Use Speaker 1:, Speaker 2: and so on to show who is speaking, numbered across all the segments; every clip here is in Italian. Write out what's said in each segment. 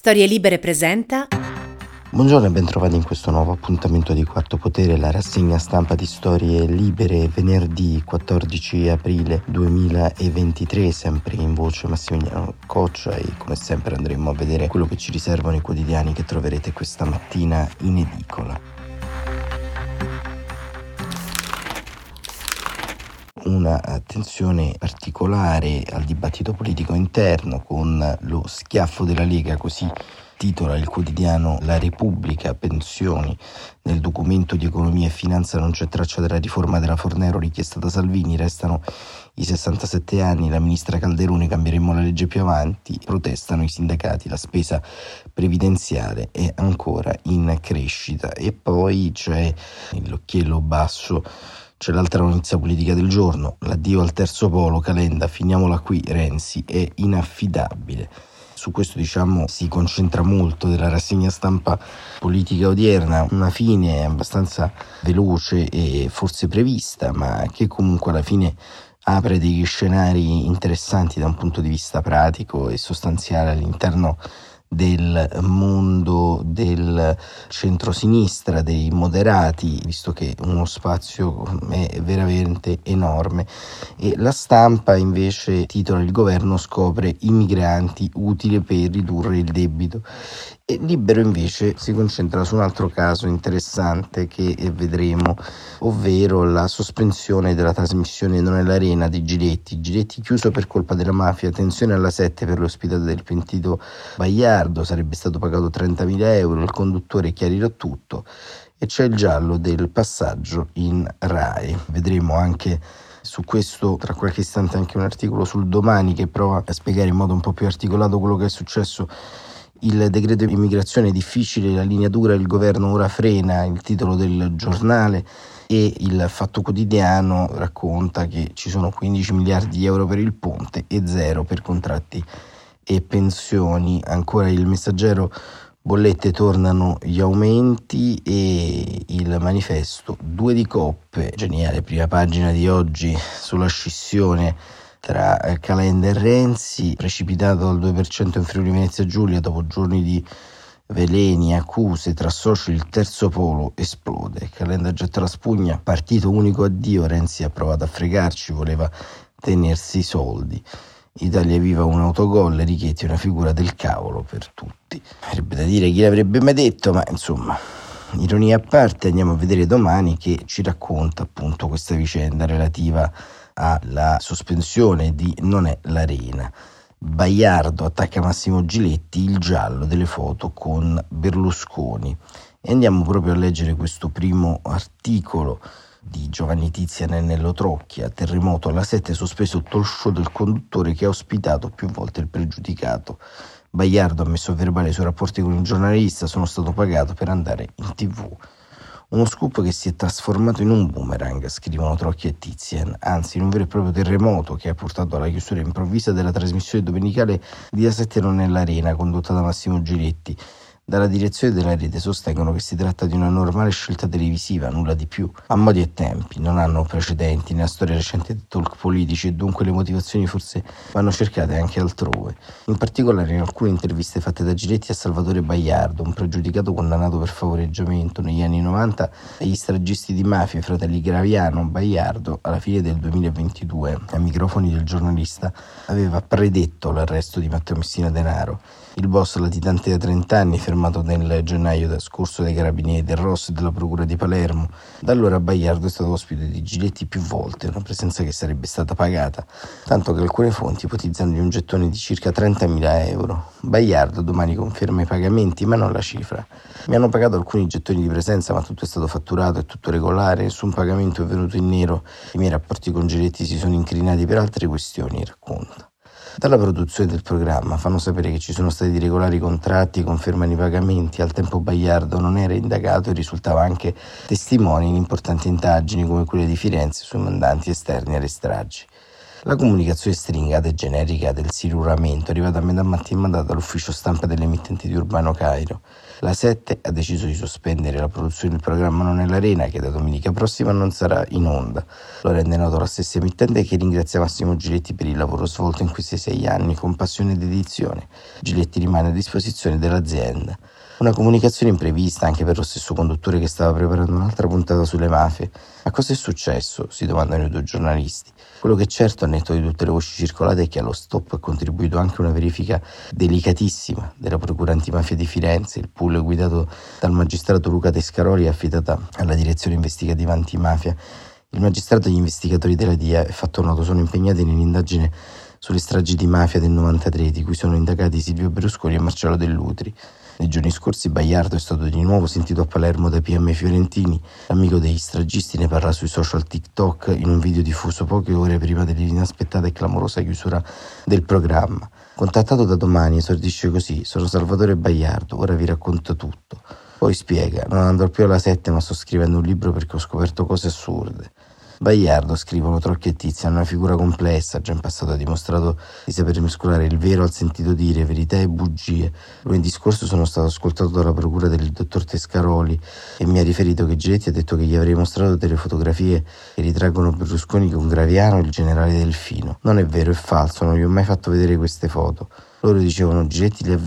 Speaker 1: Storie Libere presenta.
Speaker 2: Buongiorno e bentrovati in questo nuovo appuntamento di Quarto Potere, la rassegna stampa di Storie Libere, venerdì 14 aprile 2023, sempre in voce Massimiliano Coccia, e come sempre andremo a vedere quello che ci riservano i quotidiani che troverete questa mattina in edicola. Una attenzione particolare al dibattito politico interno con lo schiaffo della Lega, così titola il quotidiano La Repubblica. Pensioni. Nel documento di economia e finanza non c'è traccia della riforma della Fornero richiesta da Salvini, restano i 67 anni, la ministra Calderone, cambieremo la legge più avanti, protestano i sindacati, la spesa previdenziale è ancora in crescita. E poi c'è l'occhiello basso. C'è l'altra notizia politica del giorno, l'addio al terzo polo, Calenda, finiamola qui, Renzi è inaffidabile. Su questo si concentra molto della rassegna stampa politica odierna, una fine abbastanza veloce e forse prevista, ma che comunque alla fine apre degli scenari interessanti da un punto di vista pratico e sostanziale all'interno del mondo del centrosinistra, dei moderati, visto che uno spazio è veramente enorme. E la Stampa invece titola: il governo scopre i migranti, utile per ridurre il debito. E Libero invece si concentra su un altro caso interessante che vedremo, ovvero la sospensione della trasmissione Non è l'Arena di Giletti chiuso per colpa della mafia, tensione alla 7 per l'ospitata del pentito Bagliardo, sarebbe stato pagato 30.000 euro, il conduttore chiarirà tutto, e c'è il giallo del passaggio in Rai. Vedremo anche su questo tra qualche istante anche un articolo sul Domani che prova a spiegare in modo un po' più articolato quello che è successo. Il decreto immigrazione è difficile, la linea dura, il governo ora frena, il titolo del giornale. E il Fatto Quotidiano racconta che ci sono 15 miliardi di euro per il ponte e zero per contratti e pensioni. Ancora il Messaggero: bollette, tornano gli aumenti. E il Manifesto: 2 di coppe, geniale prima pagina di oggi sulla scissione tra Calenda e Renzi, precipitato al 2% in Friuli Venezia Giulia dopo giorni di veleni, accuse tra soci, il terzo polo esplode, Calenda getta la spugna, partito unico addio, Renzi ha provato a fregarci, voleva tenersi i soldi. Italia Viva un autogol, Richetti una figura del cavolo per tutti. Avrebbe da dire chi l'avrebbe mai detto, ma insomma, ironia a parte, andiamo a vedere Domani che ci racconta appunto questa vicenda relativa alla sospensione di Non è l'Arena. Bagliardo attacca Massimo Giletti, il giallo delle foto con Berlusconi. E andiamo proprio a leggere questo primo articolo di Giovanni Tizian e Nello Trocchia. Terremoto alla 7, sospeso il talk show del conduttore che ha ospitato più volte il pregiudicato. Bagliardo ha messo a verbale i suoi rapporti con il giornalista, sono stato pagato per andare in TV. Uno scoop che si è trasformato in un boomerang, scrivono Trocchia e Tizian, anzi in un vero e proprio terremoto che ha portato alla chiusura improvvisa della trasmissione domenicale di A7 Non è l'Arena, condotta da Massimo Giletti. Dalla direzione della rete sostengono che si tratta di una normale scelta televisiva, nulla di più. A modi e tempi, non hanno precedenti nella storia recente dei talk politici e dunque le motivazioni forse vanno cercate anche altrove. In particolare in alcune interviste fatte da Giletti a Salvatore Bagliardo, un pregiudicato condannato per favoreggiamento negli anni 90 dagli stragisti di mafia, i fratelli Graviano. Bagliardo, alla fine del 2022, ai microfoni del giornalista, aveva predetto l'arresto di Matteo Messina Denaro. Il boss latitante da 30 anni, fermato nel gennaio scorso dai carabinieri del Rosso e della procura di Palermo. Da allora Bagliardo è stato ospite di Giletti più volte, una presenza che sarebbe stata pagata, tanto che alcune fonti ipotizzano di un gettone di circa 30.000 euro. Bagliardo domani conferma i pagamenti, ma non la cifra. Mi hanno pagato alcuni gettoni di presenza, ma tutto è stato fatturato, è tutto regolare, nessun pagamento è venuto in nero. I miei rapporti con Giletti si sono incrinati per altre questioni, racconta. Dalla produzione del programma fanno sapere che ci sono stati regolari contratti, confermano i pagamenti. Al tempo Bagliardo non era indagato e risultava anche testimone in importanti indagini come quelle di Firenze sui mandanti esterni alle stragi. La comunicazione stringata e generica del siluramento è arrivata a metà mattina mandata dall'ufficio stampa dell'emittente di Urbano Cairo. La 7 ha deciso di sospendere la produzione del programma Non è l'Arena, che da domenica prossima non sarà in onda. Lo rende noto la stessa emittente, che ringrazia Massimo Giletti per il lavoro svolto in questi 6 anni con passione e dedizione. Giletti rimane a disposizione dell'azienda. Una comunicazione imprevista anche per lo stesso conduttore, che stava preparando un'altra puntata sulle mafie. Ma cosa è successo? Si domandano i due giornalisti. Quello che è certo, al netto di tutte le voci circolate, è che allo stop ha contribuito anche una verifica delicatissima della Procura Antimafia di Firenze. Il pool guidato dal magistrato Luca Tescaroli è affidata alla direzione investigativa antimafia. Il magistrato e gli investigatori della DIA, è fatto noto, sono impegnati nell'indagine sulle stragi di mafia del 93, di cui sono indagati Silvio Berlusconi e Marcello Dell'Utri. Nei giorni scorsi Baiardo è stato di nuovo sentito a Palermo dai PM fiorentini. L'amico degli stragisti ne parla sui social TikTok in un video diffuso poche ore prima dell'inaspettata e clamorosa chiusura del programma. Contattato da Domani esordisce così: sono Salvatore Baiardo, ora vi racconto tutto. Poi spiega: non andrò più alla 7, ma sto scrivendo un libro perché ho scoperto cose assurde. Baiardo, scrivono Trocchi e Tiziano, è una figura complessa. Già in passato ha dimostrato di saper mescolare il vero al sentito dire, verità e bugie. Lunedì scorso sono stato ascoltato dalla procura del dottor Tescaroli e mi ha riferito che Giletti ha detto che gli avrei mostrato delle fotografie che ritraggono Berlusconi con Graviano e il generale Delfino. Non è vero, è falso, non gli ho mai fatto vedere queste foto. Loro dicevano Giletti le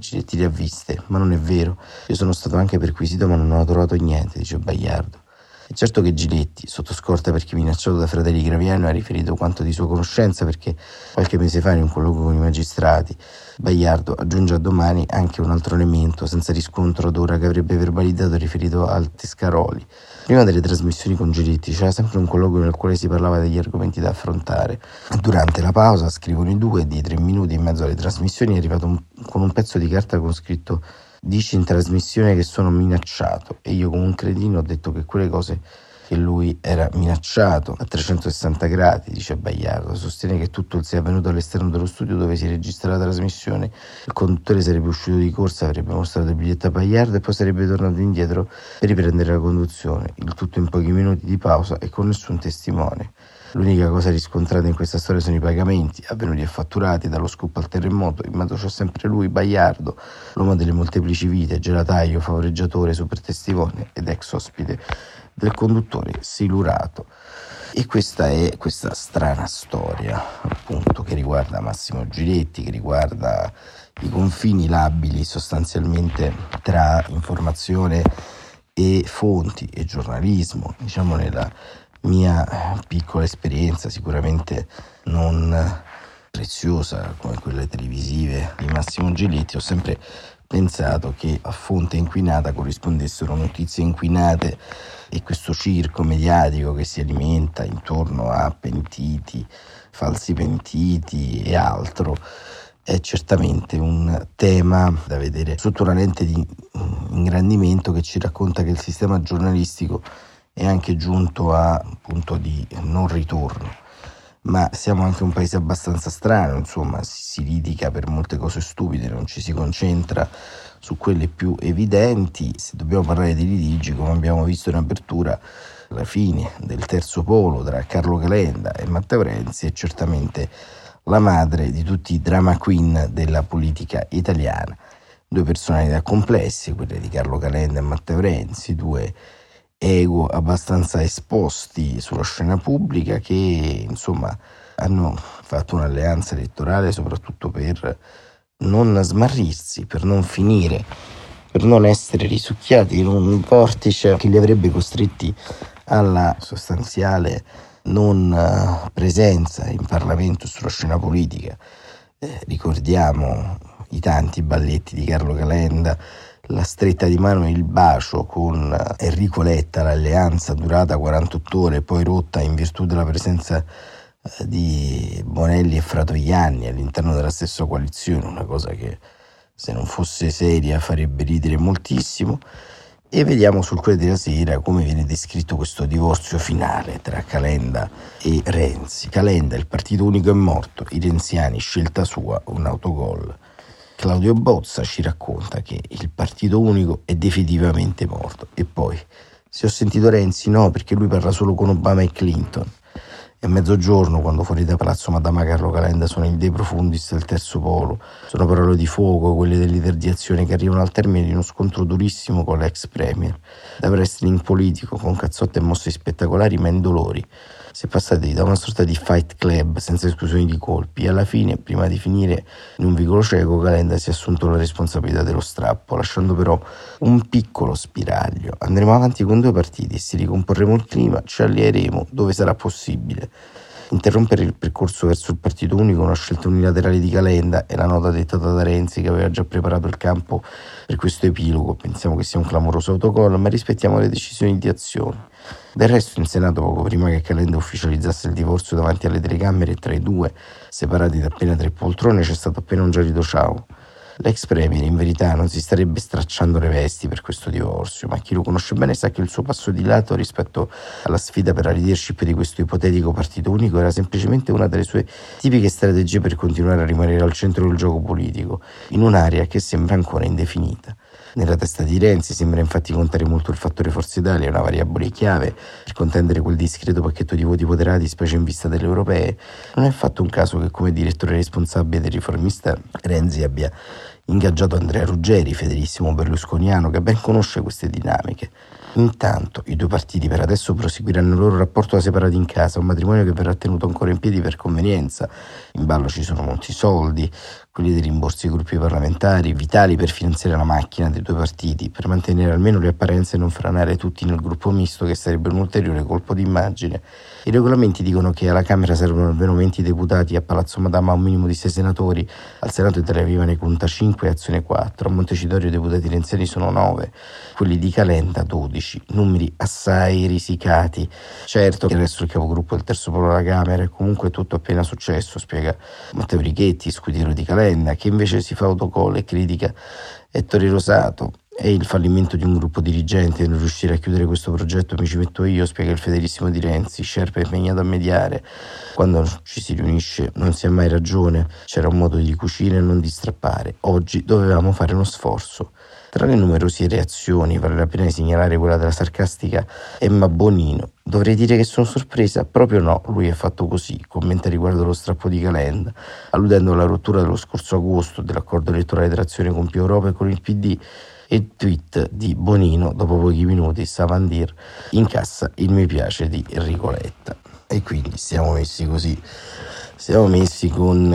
Speaker 2: ha viste, ma non è vero. Io sono stato anche perquisito, ma non ho trovato niente, dice Baiardo. È certo che Giletti, sotto scorta perché minacciato da Fratelli Graviano, ha riferito quanto di sua conoscenza, perché qualche mese fa in un colloquio con i magistrati Baiardo aggiunge a Domani anche un altro elemento senza riscontro ad ora che avrebbe verbalizzato riferito al Tescaroli. Prima delle trasmissioni con Giletti c'era sempre un colloquio nel quale si parlava degli argomenti da affrontare. Durante la pausa, scrivono i due, dietro in minuti in mezzo alle trasmissioni è arrivato con un pezzo di carta con scritto: dici in trasmissione che sono minacciato, e io come un cretino ho detto che quelle cose, che lui era minacciato a 360 gradi, dice Baiardo. Sostiene che tutto sia avvenuto all'esterno dello studio dove si registra la trasmissione. Il conduttore sarebbe uscito di corsa, avrebbe mostrato il biglietto a Baiardo e poi sarebbe tornato indietro per riprendere la conduzione, il tutto in pochi minuti di pausa e con nessun testimone. L'unica cosa riscontrata in questa storia sono i pagamenti avvenuti e fatturati, dallo scoop al terremoto. In mezzo c'è sempre lui, Baiardo, l'uomo delle molteplici vite, gelataio, favoreggiatore, super testimone ed ex ospite del conduttore silurato. E questa è questa strana storia, appunto, che riguarda Massimo Giletti, che riguarda i confini labili sostanzialmente tra informazione e fonti e giornalismo, diciamo. Nella mia piccola esperienza, sicuramente non preziosa come quelle televisive di Massimo Giletti, ho sempre pensato che a fonte inquinata corrispondessero notizie inquinate, e questo circo mediatico che si alimenta intorno a pentiti, falsi pentiti e altro è certamente un tema da vedere sotto una lente di ingrandimento, che ci racconta che il sistema giornalistico è anche giunto a un punto di non ritorno. Ma siamo anche un paese abbastanza strano, insomma, si litiga per molte cose stupide, non ci si concentra su quelle più evidenti. Se dobbiamo parlare di litigi, come abbiamo visto in apertura, la fine del terzo polo tra Carlo Calenda e Matteo Renzi è certamente la madre di tutti i drama queen della politica italiana. Due personalità complesse, quelle di Carlo Calenda e Matteo Renzi, due ego abbastanza esposti sulla scena pubblica, che insomma hanno fatto un'alleanza elettorale soprattutto per non smarrirsi, per non finire, per non essere risucchiati in un vortice che li avrebbe costretti alla sostanziale non presenza in Parlamento, sulla scena politica. Ricordiamo i tanti balletti di Carlo Calenda, la stretta di mano e il bacio con Enrico Letta, l'alleanza durata 48 ore, poi rotta in virtù della presenza di Bonelli e Fratoianni all'interno della stessa coalizione, una cosa che, se non fosse seria, farebbe ridere moltissimo. E vediamo sul Corriere della Sera come viene descritto questo divorzio finale tra Calenda e Renzi. Calenda: il partito unico è morto, i renziani, scelta sua, un autogol. Claudio Bozza ci racconta che il partito unico è definitivamente morto. E poi: se ho sentito Renzi, no, perché lui parla solo con Obama e Clinton. E a mezzogiorno, quando fuori da Palazzo Madama Carlo Calenda sono il De Profundis del terzo polo, sono parole di fuoco, quelle del leader di Azione, che arrivano al termine di uno scontro durissimo con l'ex premier. Da wrestling politico, con cazzotte e mosse spettacolari ma indolori, si è passati da una sorta di fight club senza esclusioni di colpi e alla fine, prima di finire in un vicolo cieco, Calenda si è assunto la responsabilità dello strappo, lasciando però un piccolo spiraglio. Andremo avanti con 2 partiti, si ricomporremo il clima, ci allieremo dove sarà possibile. Interrompere il percorso verso il partito unico è una scelta unilaterale di Calenda e la nota dettata da Renzi, che aveva già preparato il campo per questo epilogo. Pensiamo che sia un clamoroso autogol, ma rispettiamo le decisioni di Azione. Del resto in Senato, poco prima che Calenda ufficializzasse il divorzio davanti alle telecamere, tra i due, separati da appena 3 poltrone, c'è stato appena un gelido ciao. L'ex premier in verità non si starebbe stracciando le vesti per questo divorzio, ma chi lo conosce bene sa che il suo passo di lato rispetto alla sfida per la leadership di questo ipotetico partito unico era semplicemente una delle sue tipiche strategie per continuare a rimanere al centro del gioco politico, in un'area che sembra ancora indefinita. Nella testa di Renzi sembra infatti contare molto il fattore Forza Italia, una variabile chiave per contendere quel discreto pacchetto di voti moderati, specie in vista delle europee. Non è affatto un caso che come direttore responsabile del riformista Renzi abbia ingaggiato Andrea Ruggeri, fedelissimo berlusconiano, che ben conosce queste dinamiche. Intanto i 2 partiti per adesso proseguiranno il loro rapporto da separati in casa, un matrimonio che verrà tenuto ancora in piedi per convenienza. In ballo ci sono molti soldi, quelli dei rimborsi ai gruppi parlamentari, vitali per finanziare la macchina dei 2 partiti, per mantenere almeno le apparenze e non franare tutti nel gruppo misto, che sarebbe un ulteriore colpo d'immagine. I regolamenti dicono che alla Camera servono almeno 20 deputati, a Palazzo Madama un minimo di 6 senatori, al Senato Italia Viva ne conta 5 e Azione 4, a Montecitorio i deputati renziani sono 9, quelli di Calenda 12, numeri assai risicati. Certo che il resto del capogruppo del terzo polo alla Camera è comunque tutto appena successo, spiega Matteo Richetti, scudiero di Calenda, che invece si fa autogol e critica Ettore Rosato. È il fallimento di un gruppo dirigente non riuscire a chiudere questo progetto, mi ci metto io, spiega il fedelissimo di Renzi, Scerpa è impegnato a mediare. Quando ci si riunisce non si ha mai ragione, c'era un modo di cucire e non di strappare. Oggi dovevamo fare uno sforzo. Tra le numerose reazioni vale la pena segnalare quella della sarcastica Emma Bonino. Dovrei dire che sono sorpresa? Proprio no, lui è fatto così, commenta riguardo lo strappo di Calenda, alludendo alla rottura dello scorso agosto dell'accordo elettorale tra Azione con Più Europa e con il PD. E il tweet di Bonino, dopo pochi minuti, Savandir incassa il mi piace di Enrico Letta. E quindi siamo messi così, siamo messi con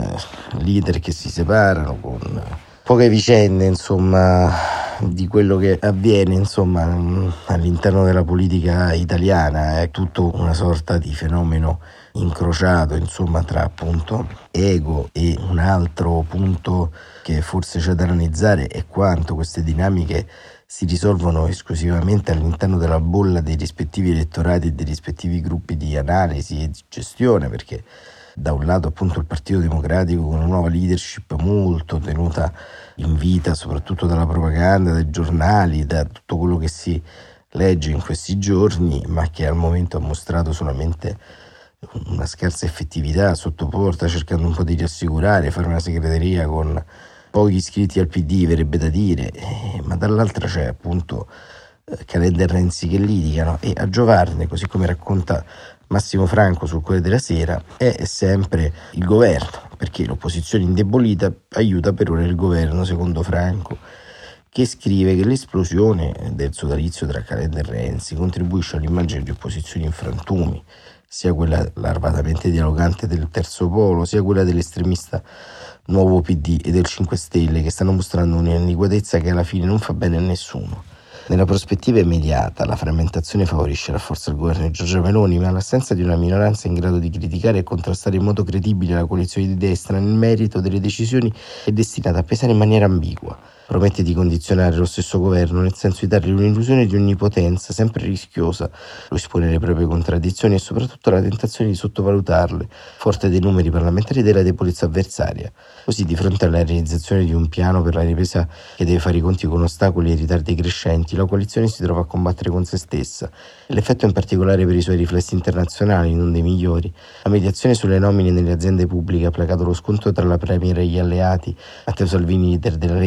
Speaker 2: leader che si separano, con poche vicende, insomma, di quello che avviene, insomma, all'interno della politica italiana. È tutto una sorta di fenomeno incrociato, insomma, tra appunto ego e un altro punto che forse c'è da analizzare è quanto queste dinamiche si risolvono esclusivamente all'interno della bolla dei rispettivi elettorati e dei rispettivi gruppi di analisi e di gestione, perché da un lato appunto il Partito Democratico con una nuova leadership molto tenuta in vita soprattutto dalla propaganda, dai giornali, da tutto quello che si legge in questi giorni, ma che al momento ha mostrato solamente una scarsa effettività sotto porta, cercando un po' di rassicurare, fare una segreteria con pochi iscritti al PD, verrebbe da dire, ma dall'altra c'è appunto Calenda e Renzi che litigano, e a giovarne, così come racconta Massimo Franco sul Corriere della Sera, è sempre il governo, perché l'opposizione indebolita aiuta per ora il governo, secondo Franco, che scrive che l'esplosione del sodalizio tra Calenda e Renzi contribuisce all'immagine di opposizioni in frantumi, sia quella larvatamente dialogante del terzo polo, sia quella dell'estremista nuovo PD e del 5 Stelle, che stanno mostrando un'inadeguatezza che alla fine non fa bene a nessuno. Nella prospettiva immediata la frammentazione favorisce e rafforza il governo di Giorgia Meloni, ma l'assenza di una minoranza in grado di criticare e contrastare in modo credibile la coalizione di destra nel merito delle decisioni è destinata a pesare in maniera ambigua. Promette di condizionare lo stesso governo, nel senso di dargli un'illusione di onnipotenza sempre rischiosa, lo espone alle proprie contraddizioni e soprattutto alla tentazione di sottovalutarle, forte dei numeri parlamentari e della debolezza avversaria. Così, di fronte alla realizzazione di un piano per la ripresa che deve fare i conti con ostacoli e ritardi crescenti, la coalizione si trova a combattere con se stessa. E l'effetto in particolare per i suoi riflessi internazionali, non dei migliori. La mediazione sulle nomine nelle aziende pubbliche ha placato lo scontro tra la Premier e gli alleati, Matteo Salvini, leader della Lega, e Berlusconi,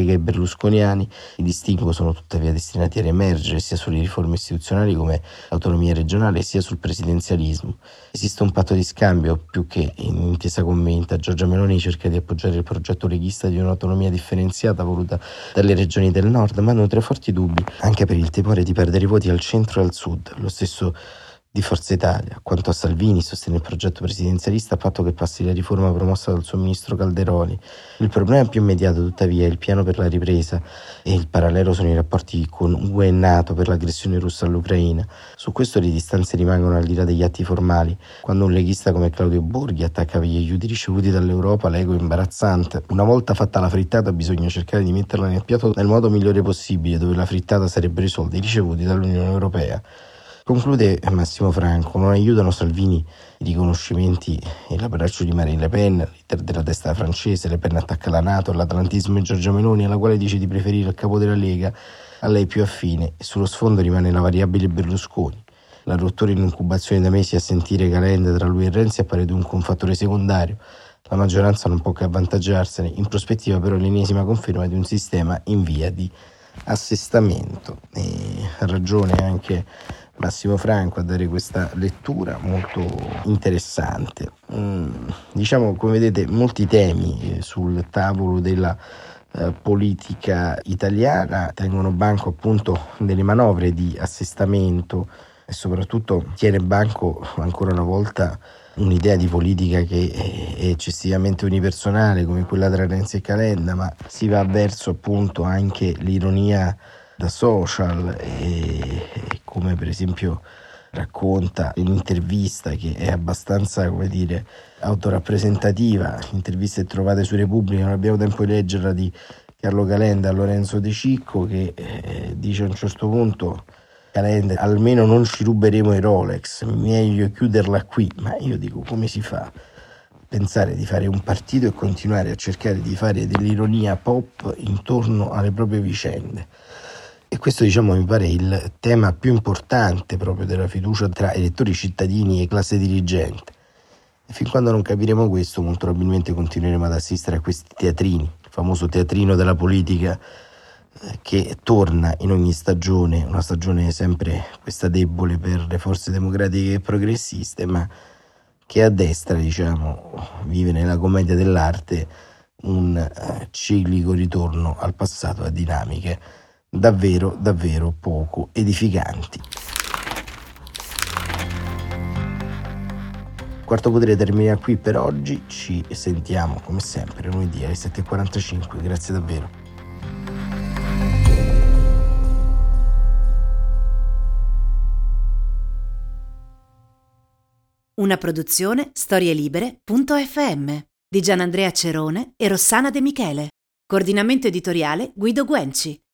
Speaker 2: berlusconiani. I distinguo sono tuttavia destinati a riemergere sia sulle riforme istituzionali come l'autonomia regionale sia sul presidenzialismo. Esiste un patto di scambio, più che in intesa convinta. Giorgia Meloni cerca di appoggiare il progetto leghista di un'autonomia differenziata voluta dalle regioni del nord, ma nutre forti dubbi anche per il timore di perdere voti al centro e al sud. Lo stesso di Forza Italia. Quanto a Salvini, sostiene il progetto presidenzialista a patto che passi la riforma promossa dal suo ministro Calderoli. Il problema più immediato, tuttavia, è il piano per la ripresa e il parallelo sono i rapporti con UE e NATO per l'aggressione russa all'Ucraina. Su questo le distanze rimangono al di là degli atti formali. Quando un leghista come Claudio Borghi attacca gli aiuti ricevuti dall'Europa, l'ego è imbarazzante. Una volta fatta la frittata bisogna cercare di metterla nel piatto nel modo migliore possibile, dove la frittata sarebbero i soldi ricevuti dall'Unione Europea. Conclude Massimo Franco: non aiutano Salvini i riconoscimenti e l'abbraccio di Marine Le Pen, l'iter della destra francese. Le Pen attacca la NATO, l'atlantismo e Giorgia Meloni, alla quale dice di preferire il capo della Lega a lei più affine, e sullo sfondo rimane la variabile Berlusconi. La rottura in incubazione da mesi a sentire Calenda tra lui e Renzi appare dunque un fattore secondario. La maggioranza non può che avvantaggiarsene, in prospettiva però l'ennesima conferma di un sistema in via di assestamento. E ha ragione anche Massimo Franco a dare questa lettura molto interessante. Diciamo, come vedete, molti temi sul tavolo della politica italiana tengono banco appunto delle manovre di assestamento e soprattutto tiene banco ancora una volta un'idea di politica che è eccessivamente unipersonale come quella tra Renzi e Calenda, ma si va verso appunto anche l'ironia da social e come per esempio racconta un'intervista che è abbastanza, come dire, autorappresentativa, interviste trovate su Repubblica, non abbiamo tempo di leggerla, di Carlo Calenda a Lorenzo De Cicco, che dice a un certo punto: Calenda, almeno non ci ruberemo i Rolex, meglio chiuderla qui. Ma io dico, come si fa pensare di fare un partito e continuare a cercare di fare dell'ironia pop intorno alle proprie vicende? E questo, diciamo, mi pare il tema più importante proprio della fiducia tra elettori, cittadini e classe dirigente. E fin quando non capiremo questo, molto probabilmente continueremo ad assistere a questi teatrini, il famoso teatrino della politica che torna in ogni stagione, una stagione sempre questa debole per le forze democratiche e progressiste, ma che a destra, diciamo, vive nella commedia dell'arte un ciclico ritorno al passato, a dinamiche davvero poco edificanti. Quarto Potere termina qui per oggi, ci sentiamo come sempre lunedì alle 7:45, grazie davvero.
Speaker 1: Una produzione storielibere.fm di Gianandrea Cerone e Rossana De Michele. Coordinamento editoriale Guido Guenci.